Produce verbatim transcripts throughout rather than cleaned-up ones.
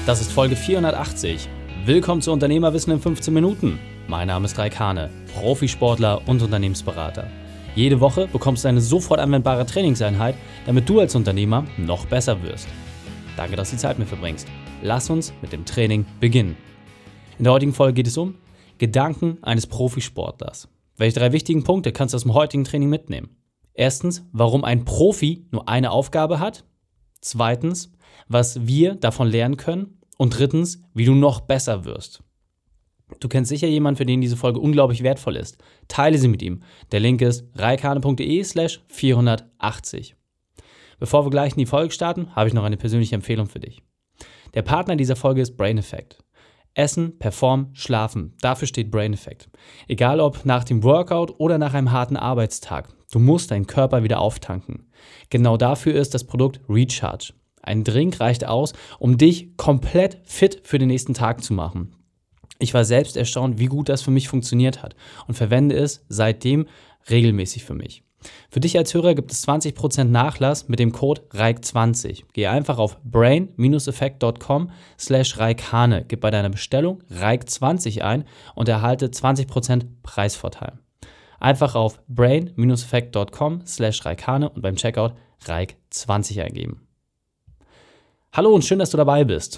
Das ist Folge vierhundertachtzig. Willkommen zu Unternehmerwissen in fünfzehn Minuten. Mein Name ist Raik Hane, Profisportler und Unternehmensberater. Jede Woche bekommst du eine sofort anwendbare Trainingseinheit, damit du als Unternehmer noch besser wirst. Danke, dass du die Zeit mit verbringst. Lass uns mit dem Training beginnen. In der heutigen Folge geht es um Gedanken eines Profisportlers. Welche drei wichtigen Punkte kannst du aus dem heutigen Training mitnehmen? Erstens, warum ein Profi nur eine Aufgabe hat. Zweitens, was wir davon lernen können. Und drittens, wie du noch besser wirst. Du kennst sicher jemanden, für den diese Folge unglaublich wertvoll ist. Teile sie mit ihm. Der Link ist reikhane.de slash vierhundertachtzig. Bevor wir gleich in die Folge starten, habe ich noch eine persönliche Empfehlung für dich. Der Partner dieser Folge ist Brain Effect. Essen, Perform, Schlafen. Dafür steht Brain Effect. Egal ob nach dem Workout oder nach einem harten Arbeitstag. Du musst deinen Körper wieder auftanken. Genau dafür ist das Produkt Recharge. Ein Drink reicht aus, um dich komplett fit für den nächsten Tag zu machen. Ich war selbst erstaunt, wie gut das für mich funktioniert hat und verwende es seitdem regelmäßig für mich. Für dich als Hörer gibt es zwanzig Prozent Nachlass mit dem Code Raik zwanzig. Geh einfach auf brain-effect.com slash raikhane, gib bei deiner Bestellung Raik zwanzig ein und erhalte zwanzig Prozent Preisvorteil. Einfach auf brain-effect.com slash raikhane und beim Checkout Raik zwanzig eingeben. Hallo und schön, dass du dabei bist.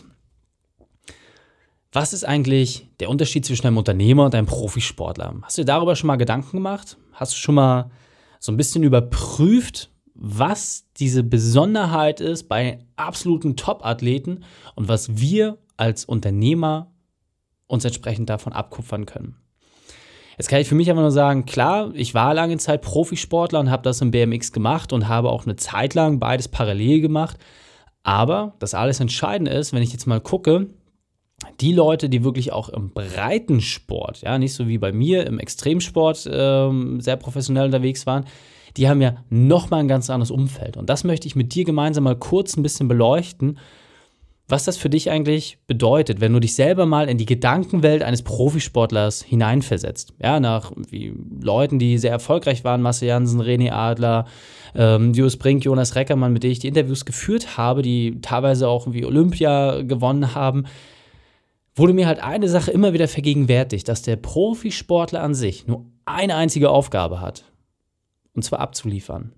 Was ist eigentlich der Unterschied zwischen einem Unternehmer und einem Profisportler? Hast du dir darüber schon mal Gedanken gemacht? Hast du schon mal so ein bisschen überprüft, was diese Besonderheit ist bei absoluten Top-Athleten und was wir als Unternehmer uns entsprechend davon abkupfern können? Jetzt kann ich für mich einfach nur sagen, klar, ich war lange Zeit Profisportler und habe das im B M X gemacht und habe auch eine Zeit lang beides parallel gemacht. Aber das alles Entscheidende ist, wenn ich jetzt mal gucke, die Leute, die wirklich auch im Breitensport, ja, nicht so wie bei mir im Extremsport ähm, sehr professionell unterwegs waren, die haben ja nochmal ein ganz anderes Umfeld. Und das möchte ich mit dir gemeinsam mal kurz ein bisschen beleuchten, was das für dich eigentlich bedeutet, wenn du dich selber mal in die Gedankenwelt eines Profisportlers hineinversetzt. Ja, nach wie Leuten, die sehr erfolgreich waren, Marcel Jansen, René Adler, ähm, Julius Brink, Jonas Reckermann, mit denen ich die Interviews geführt habe, die teilweise auch wie Olympia gewonnen haben, wurde mir halt eine Sache immer wieder vergegenwärtigt, dass der Profisportler an sich nur eine einzige Aufgabe hat, und zwar abzuliefern.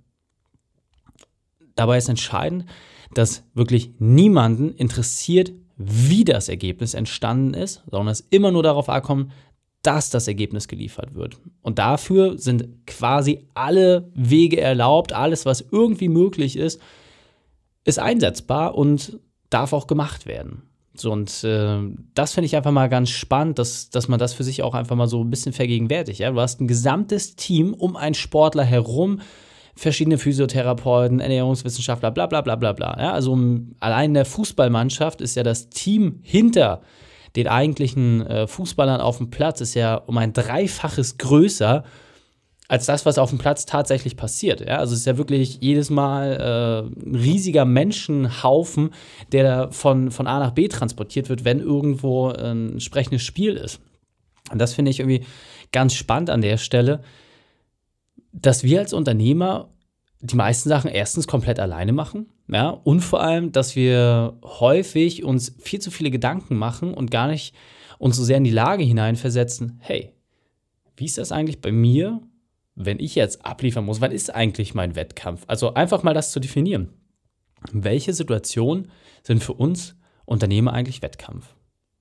Dabei ist entscheidend, dass wirklich niemanden interessiert, wie das Ergebnis entstanden ist, sondern es immer nur darauf ankommt, dass das Ergebnis geliefert wird. Und dafür sind quasi alle Wege erlaubt, alles, was irgendwie möglich ist, ist einsetzbar und darf auch gemacht werden. So, und äh, das finde ich einfach mal ganz spannend, dass, dass man das für sich auch einfach mal so ein bisschen vergegenwärtigt. Ja? Du hast ein gesamtes Team um einen Sportler herum, verschiedene Physiotherapeuten, Ernährungswissenschaftler, bla bla bla bla bla. Ja, also um, allein in der Fußballmannschaft ist ja das Team hinter den eigentlichen äh, Fußballern auf dem Platz ist ja um ein Dreifaches größer als das, was auf dem Platz tatsächlich passiert. Ja, also es ist ja wirklich jedes Mal äh, ein riesiger Menschenhaufen, der da von, von A nach B transportiert wird, wenn irgendwo ein entsprechendes Spiel ist. Und das finde ich irgendwie ganz spannend an der Stelle, dass wir als Unternehmer die meisten Sachen erstens komplett alleine machen, ja, und vor allem, dass wir häufig uns viel zu viele Gedanken machen und gar nicht uns so sehr in die Lage hineinversetzen, hey, wie ist das eigentlich bei mir, wenn ich jetzt abliefern muss? Wann ist eigentlich mein Wettkampf? Also einfach mal das zu definieren. Welche Situationen sind für uns Unternehmer eigentlich Wettkampf?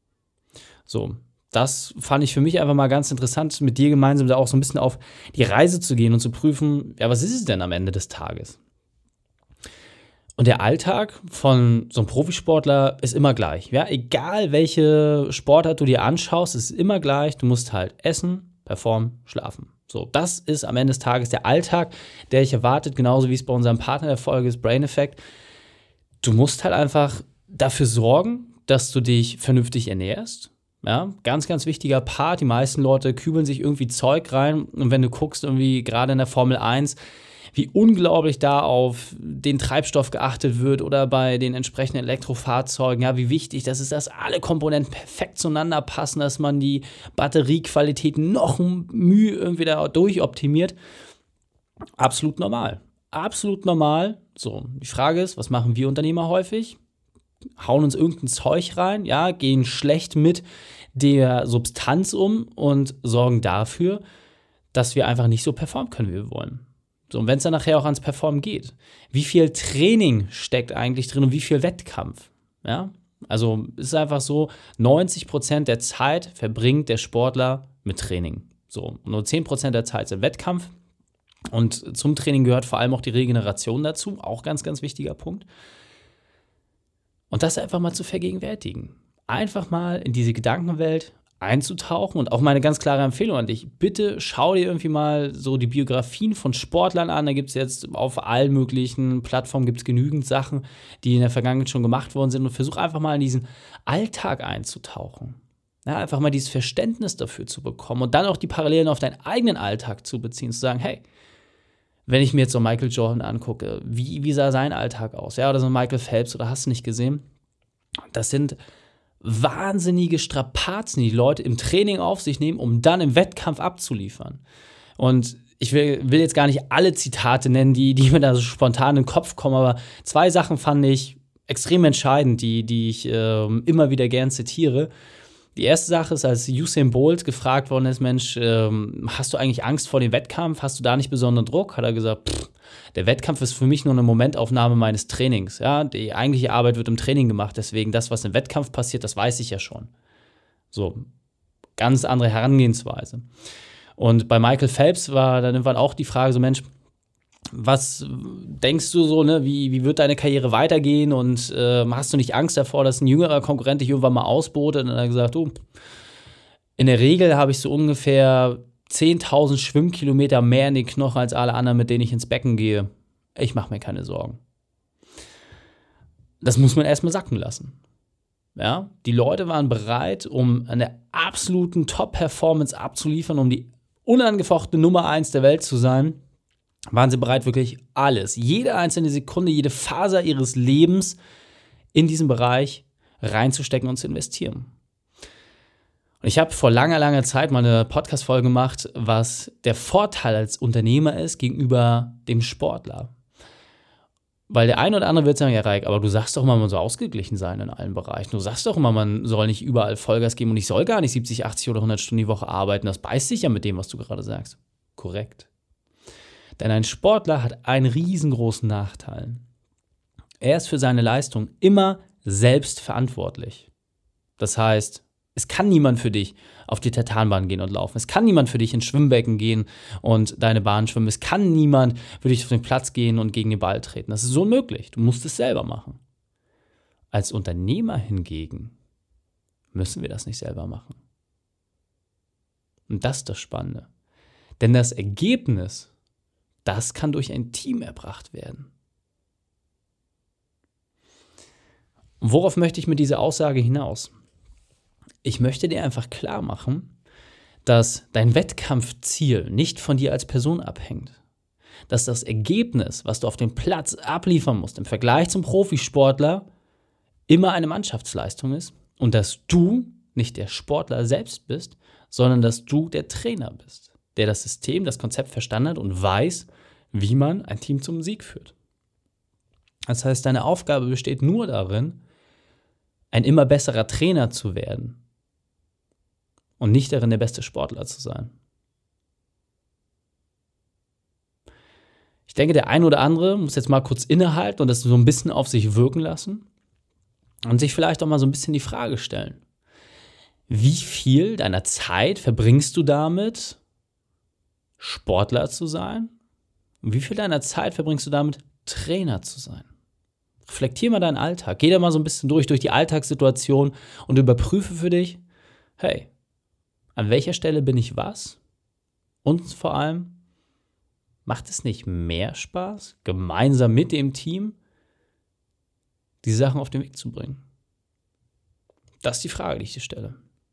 So, das fand ich für mich einfach mal ganz interessant, mit dir gemeinsam da auch so ein bisschen auf die Reise zu gehen und zu prüfen, ja, was ist es denn am Ende des Tages? Und der Alltag von so einem Profisportler ist immer gleich. Ja? Egal, welche Sportart du dir anschaust, ist immer gleich. Du musst halt essen, performen, schlafen. So, das ist am Ende des Tages der Alltag, der dich erwartet, genauso wie es bei unserem Partner der Folge ist, Brain Effect. Du musst halt einfach dafür sorgen, dass du dich vernünftig ernährst. Ja, ganz, ganz wichtiger Part. Die meisten Leute kübeln sich irgendwie Zeug rein. Und wenn du guckst, irgendwie gerade in der Formel eins, wie unglaublich da auf den Treibstoff geachtet wird oder bei den entsprechenden Elektrofahrzeugen, ja, wie wichtig das ist, dass alle Komponenten perfekt zueinander passen, dass man die Batteriequalität noch Mühe irgendwie da durchoptimiert. Absolut normal. Absolut normal. So, die Frage ist, was machen wir Unternehmer häufig? hauen uns irgendein Zeug rein, ja, gehen schlecht mit der Substanz um und sorgen dafür, dass wir einfach nicht so performen können, wie wir wollen. So, und wenn es dann nachher auch ans Performen geht, wie viel Training steckt eigentlich drin und wie viel Wettkampf? Ja? Also es ist einfach so, neunzig Prozent der Zeit verbringt der Sportler mit Training. So, und nur zehn Prozent der Zeit sind Wettkampf. Und zum Training gehört vor allem auch die Regeneration dazu, auch ganz, ganz wichtiger Punkt. Und das einfach mal zu vergegenwärtigen. Einfach mal in diese Gedankenwelt einzutauchen und auch meine ganz klare Empfehlung an dich. Bitte schau dir irgendwie mal so die Biografien von Sportlern an. Da gibt es jetzt auf allen möglichen Plattformen gibt's genügend Sachen, die in der Vergangenheit schon gemacht worden sind und versuch einfach mal in diesen Alltag einzutauchen. Ja, einfach mal dieses Verständnis dafür zu bekommen und dann auch die Parallelen auf deinen eigenen Alltag zu beziehen, zu sagen, hey, wenn ich mir jetzt so Michael Jordan angucke, wie, wie sah sein Alltag aus? Ja, oder so Michael Phelps, oder hast du nicht gesehen? Das sind wahnsinnige Strapazen, die, die Leute im Training auf sich nehmen, um dann im Wettkampf abzuliefern. Und ich will, will jetzt gar nicht alle Zitate nennen, die, die mir da so spontan in den Kopf kommen, aber zwei Sachen fand ich extrem entscheidend, die, die ich äh, immer wieder gern zitiere. Die erste Sache ist, als Usain Bolt gefragt worden ist, Mensch, ähm, hast du eigentlich Angst vor dem Wettkampf? Hast du da nicht besonderen Druck? Hat er gesagt, pff, der Wettkampf ist für mich nur eine Momentaufnahme meines Trainings. Ja? Die eigentliche Arbeit wird im Training gemacht, deswegen das, was im Wettkampf passiert, das weiß ich ja schon. So, ganz andere Herangehensweise. Und bei Michael Phelps war dann irgendwann auch die Frage so, Mensch, was denkst du so, ne, wie, wie wird deine Karriere weitergehen und äh, hast du nicht Angst davor, dass ein jüngerer Konkurrent dich irgendwann mal ausbotet? Und dann hat er gesagt, du, in der Regel habe ich so ungefähr zehntausend Schwimmkilometer mehr in den Knochen als alle anderen, mit denen ich ins Becken gehe. Ich mache mir keine Sorgen. Das muss man erstmal sacken lassen. Ja? Die Leute waren bereit, um eine absoluten Top-Performance abzuliefern, um die unangefochtene Nummer eins der Welt zu sein, waren sie bereit, wirklich alles, jede einzelne Sekunde, jede Faser ihres Lebens in diesen Bereich reinzustecken und zu investieren. Und ich habe vor langer, langer Zeit mal eine Podcast-Folge gemacht, was der Vorteil als Unternehmer ist gegenüber dem Sportler. Weil der eine oder andere wird sagen, ja Raik, aber du sagst doch immer, man soll ausgeglichen sein in allen Bereichen. Du sagst doch immer, man soll nicht überall Vollgas geben und ich soll gar nicht siebzig, achtzig oder hundert Stunden die Woche arbeiten. Das beißt sich ja mit dem, was du gerade sagst. Korrekt. Denn ein Sportler hat einen riesengroßen Nachteil. Er ist für seine Leistung immer selbst verantwortlich. Das heißt, es kann niemand für dich auf die Tartanbahn gehen und laufen. Es kann niemand für dich ins Schwimmbecken gehen und deine Bahn schwimmen. Es kann niemand für dich auf den Platz gehen und gegen den Ball treten. Das ist so unmöglich. Du musst es selber machen. Als Unternehmer hingegen müssen wir das nicht selber machen. Und das ist das Spannende. Denn das Ergebnis, das kann durch ein Team erbracht werden. Und worauf möchte ich mit dieser Aussage hinaus? Ich möchte dir einfach klar machen, dass dein Wettkampfziel nicht von dir als Person abhängt. Dass das Ergebnis, was du auf dem Platz abliefern musst, im Vergleich zum Profisportler, immer eine Mannschaftsleistung ist und dass du nicht der Sportler selbst bist, sondern dass du der Trainer bist, der das System, das Konzept verstanden hat und weiß, wie man ein Team zum Sieg führt. Das heißt, deine Aufgabe besteht nur darin, ein immer besserer Trainer zu werden und nicht darin, der beste Sportler zu sein. Ich denke, der ein oder andere muss jetzt mal kurz innehalten und das so ein bisschen auf sich wirken lassen und sich vielleicht auch mal so ein bisschen die Frage stellen: Wie viel deiner Zeit verbringst du damit, Sportler zu sein? Und wie viel deiner Zeit verbringst du damit, Trainer zu sein? Reflektier mal deinen Alltag. Geh da mal so ein bisschen durch, durch die Alltagssituation und überprüfe für dich, hey, an welcher Stelle bin ich was? Und vor allem, macht es nicht mehr Spaß, gemeinsam mit dem Team die Sachen auf den Weg zu bringen? Das ist die Frage, die ich dir stelle.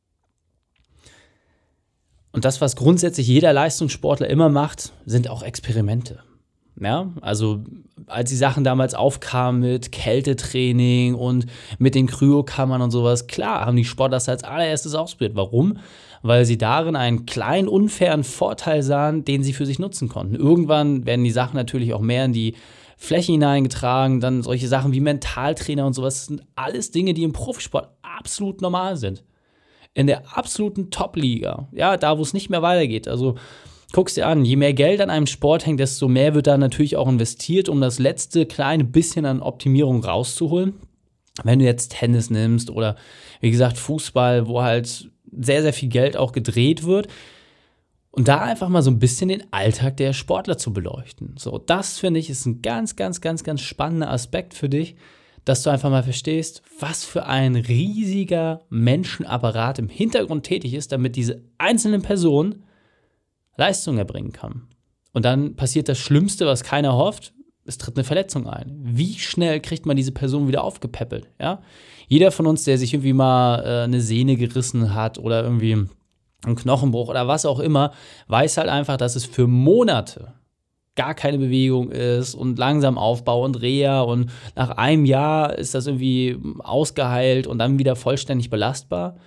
Und das, was grundsätzlich jeder Leistungssportler immer macht, sind auch Experimente. Ja, also als die Sachen damals aufkamen mit Kältetraining und mit den Kryokammern und sowas, klar haben die Sportler das als allererstes ausprobiert. Warum? Weil sie darin einen kleinen, unfairen Vorteil sahen, den sie für sich nutzen konnten. Irgendwann werden die Sachen natürlich auch mehr in die Fläche hineingetragen, dann solche Sachen wie Mentaltrainer und sowas. Das sind alles Dinge, die im Profisport absolut normal sind. In der absoluten Top-Liga, ja, da wo es nicht mehr weitergeht. Also guck's dir an, je mehr Geld an einem Sport hängt, desto mehr wird da natürlich auch investiert, um das letzte kleine bisschen an Optimierung rauszuholen. Wenn du jetzt Tennis nimmst oder wie gesagt Fußball, wo halt sehr, sehr viel Geld auch gedreht wird. Und da einfach mal so ein bisschen den Alltag der Sportler zu beleuchten. So, das finde ich ist ein ganz, ganz, ganz, ganz spannender Aspekt für dich, dass du einfach mal verstehst, was für ein riesiger Menschenapparat im Hintergrund tätig ist, damit diese einzelne Person Leistung erbringen kann. Und dann passiert das Schlimmste, was keiner hofft, es tritt eine Verletzung ein. Wie schnell kriegt man diese Person wieder aufgepäppelt? Ja? Jeder von uns, der sich irgendwie mal äh, eine Sehne gerissen hat oder irgendwie einen Knochenbruch oder was auch immer, weiß halt einfach, dass es für Monate gar keine Bewegung ist und langsam Aufbau und Reha und nach einem Jahr ist das irgendwie ausgeheilt und dann wieder vollständig belastbar.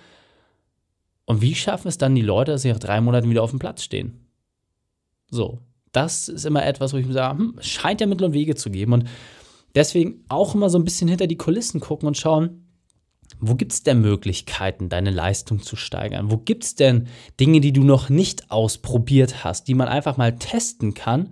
Und wie schaffen es dann die Leute, dass sie nach drei Monaten wieder auf dem Platz stehen? So, das ist immer etwas, wo ich mir sage, hm, es scheint ja Mittel und Wege zu geben. Und deswegen auch immer so ein bisschen hinter die Kulissen gucken und schauen, wo gibt es denn Möglichkeiten, deine Leistung zu steigern? Wo gibt es denn Dinge, die du noch nicht ausprobiert hast, die man einfach mal testen kann,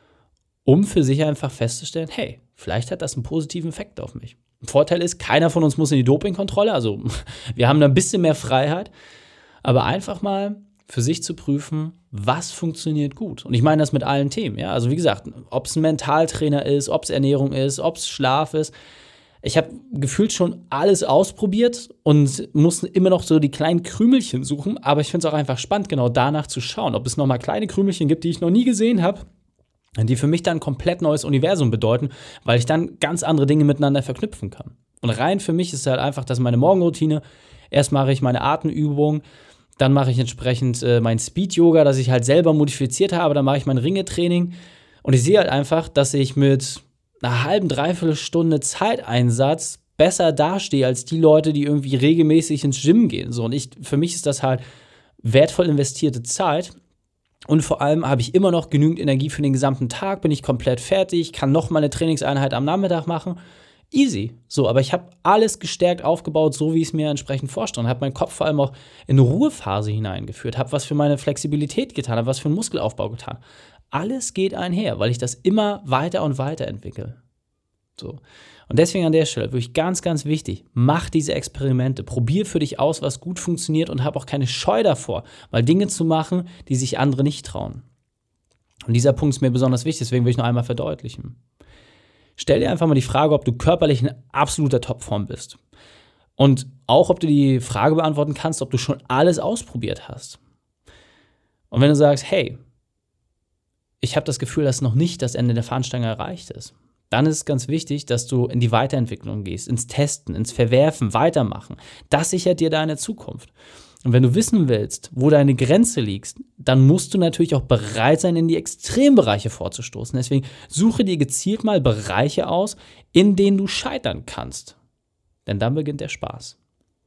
um für sich einfach festzustellen, hey, vielleicht hat das einen positiven Effekt auf mich. Ein Vorteil ist, keiner von uns muss in die Dopingkontrolle, also wir haben da ein bisschen mehr Freiheit, aber einfach mal für sich zu prüfen, was funktioniert gut. Und ich meine das mit allen Themen, ja. Also wie gesagt, ob es ein Mentaltrainer ist, ob es Ernährung ist, ob es Schlaf ist. Ich habe gefühlt schon alles ausprobiert und muss immer noch so die kleinen Krümelchen suchen, aber ich finde es auch einfach spannend, genau danach zu schauen, ob es nochmal kleine Krümelchen gibt, die ich noch nie gesehen habe, die für mich dann ein komplett neues Universum bedeuten, weil ich dann ganz andere Dinge miteinander verknüpfen kann. Und rein für mich ist halt einfach, dass meine Morgenroutine, erst mache ich meine Atemübung, dann mache ich entsprechend äh, mein Speed-Yoga, das ich halt selber modifiziert habe, dann mache ich mein Ringetraining und ich sehe halt einfach, dass ich mit einer halben, dreiviertel Stunde Zeiteinsatz besser dastehe als die Leute, die irgendwie regelmäßig ins Gym gehen. So, und ich, für mich ist das halt wertvoll investierte Zeit. Und vor allem habe ich immer noch genügend Energie für den gesamten Tag, bin ich komplett fertig, kann noch mal eine Trainingseinheit am Nachmittag machen. Easy. So, aber ich habe alles gestärkt aufgebaut, so wie ich es mir entsprechend vorstelle. Habe meinen Kopf vor allem auch in eine Ruhephase hineingeführt, habe was für meine Flexibilität getan, habe was für einen Muskelaufbau getan. Alles geht einher, weil ich das immer weiter und weiter entwickle. So. Und deswegen an der Stelle wirklich ganz, ganz wichtig, mach diese Experimente, probier für dich aus, was gut funktioniert und hab auch keine Scheu davor, mal Dinge zu machen, die sich andere nicht trauen. Und dieser Punkt ist mir besonders wichtig, deswegen will ich noch einmal verdeutlichen. Stell dir einfach mal die Frage, ob du körperlich in absoluter Topform bist. Und auch, ob du die Frage beantworten kannst, ob du schon alles ausprobiert hast. Und wenn du sagst, hey, ich habe das Gefühl, dass noch nicht das Ende der Fahnenstange erreicht ist, dann ist es ganz wichtig, dass du in die Weiterentwicklung gehst, ins Testen, ins Verwerfen, Weitermachen. Das sichert dir deine Zukunft. Und wenn du wissen willst, wo deine Grenze liegt, dann musst du natürlich auch bereit sein, in die Extrembereiche vorzustoßen. Deswegen suche dir gezielt mal Bereiche aus, in denen du scheitern kannst. Denn dann beginnt der Spaß.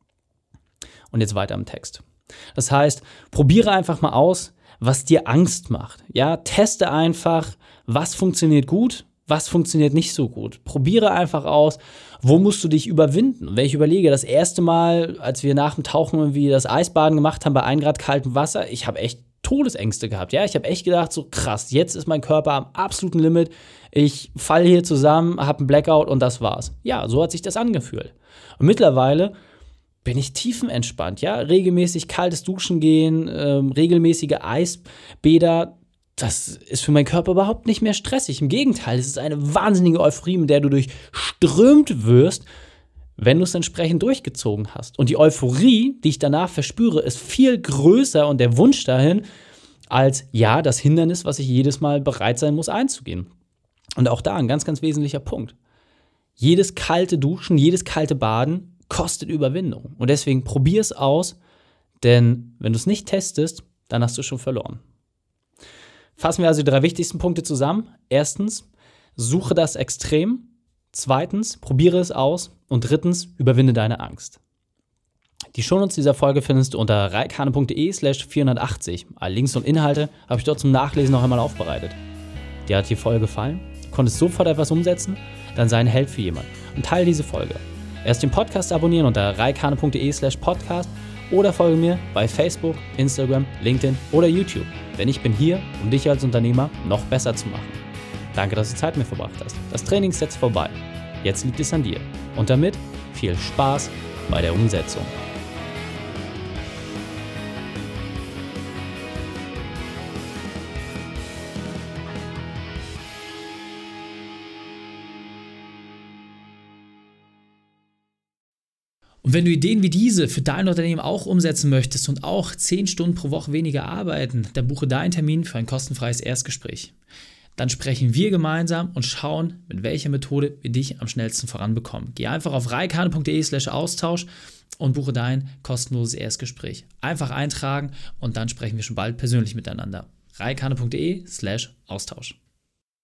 Und jetzt weiter im Text. Das heißt, probiere einfach mal aus, was dir Angst macht. Ja, teste einfach, was funktioniert gut, was funktioniert nicht so gut. Probiere einfach aus, wo musst du dich überwinden. Und wenn ich überlege, das erste Mal, als wir nach dem Tauchen irgendwie das Eisbaden gemacht haben bei ein Grad kaltem Wasser, ich habe echt Todesängste gehabt. Ja, ich habe echt gedacht, so krass, jetzt ist mein Körper am absoluten Limit. Ich falle hier zusammen, habe einen Blackout und das war's. Ja, so hat sich das angefühlt. Und mittlerweile bin ich tiefenentspannt. Ja, regelmäßig kaltes Duschen gehen, ähm, regelmäßige Eisbäder. Das ist für meinen Körper überhaupt nicht mehr stressig. Im Gegenteil, es ist eine wahnsinnige Euphorie, mit der du durchströmt wirst, wenn du es entsprechend durchgezogen hast. Und die Euphorie, die ich danach verspüre, ist viel größer und der Wunsch dahin, als ja, das Hindernis, was ich jedes Mal bereit sein muss, einzugehen. Und auch da ein ganz, ganz wesentlicher Punkt. Jedes kalte Duschen, jedes kalte Baden kostet Überwindung. Und deswegen probier es aus, denn wenn du es nicht testest, dann hast du schon verloren. Fassen wir also die drei wichtigsten Punkte zusammen. Erstens, suche das Extrem. Zweitens, probiere es aus. Und drittens, überwinde deine Angst. Die Shownotes dieser Folge findest du unter reikane.de slash vierhundertachtzig. Alle Links und Inhalte habe ich dort zum Nachlesen noch einmal aufbereitet. Dir hat die Folge gefallen? konntest sofort etwas umsetzen, dann sei ein Held für jemanden und teile diese Folge. Erst den Podcast abonnieren unter reikane.de slash podcast oder folge mir bei Facebook, Instagram, LinkedIn oder YouTube, denn ich bin hier, um dich als Unternehmer noch besser zu machen. Danke, dass du Zeit mit mir verbracht hast. Das Training ist jetzt vorbei. Jetzt liegt es an dir. Und damit viel Spaß bei der Umsetzung. Und wenn du Ideen wie diese für dein Unternehmen auch umsetzen möchtest und auch zehn Stunden pro Woche weniger arbeiten, dann buche deinen Termin für ein kostenfreies Erstgespräch. Dann sprechen wir gemeinsam und schauen, mit welcher Methode wir dich am schnellsten voranbekommen. Geh einfach auf reikane.de slash Austausch und buche dein kostenloses Erstgespräch. Einfach eintragen und dann sprechen wir schon bald persönlich miteinander. reikane.de slash Austausch.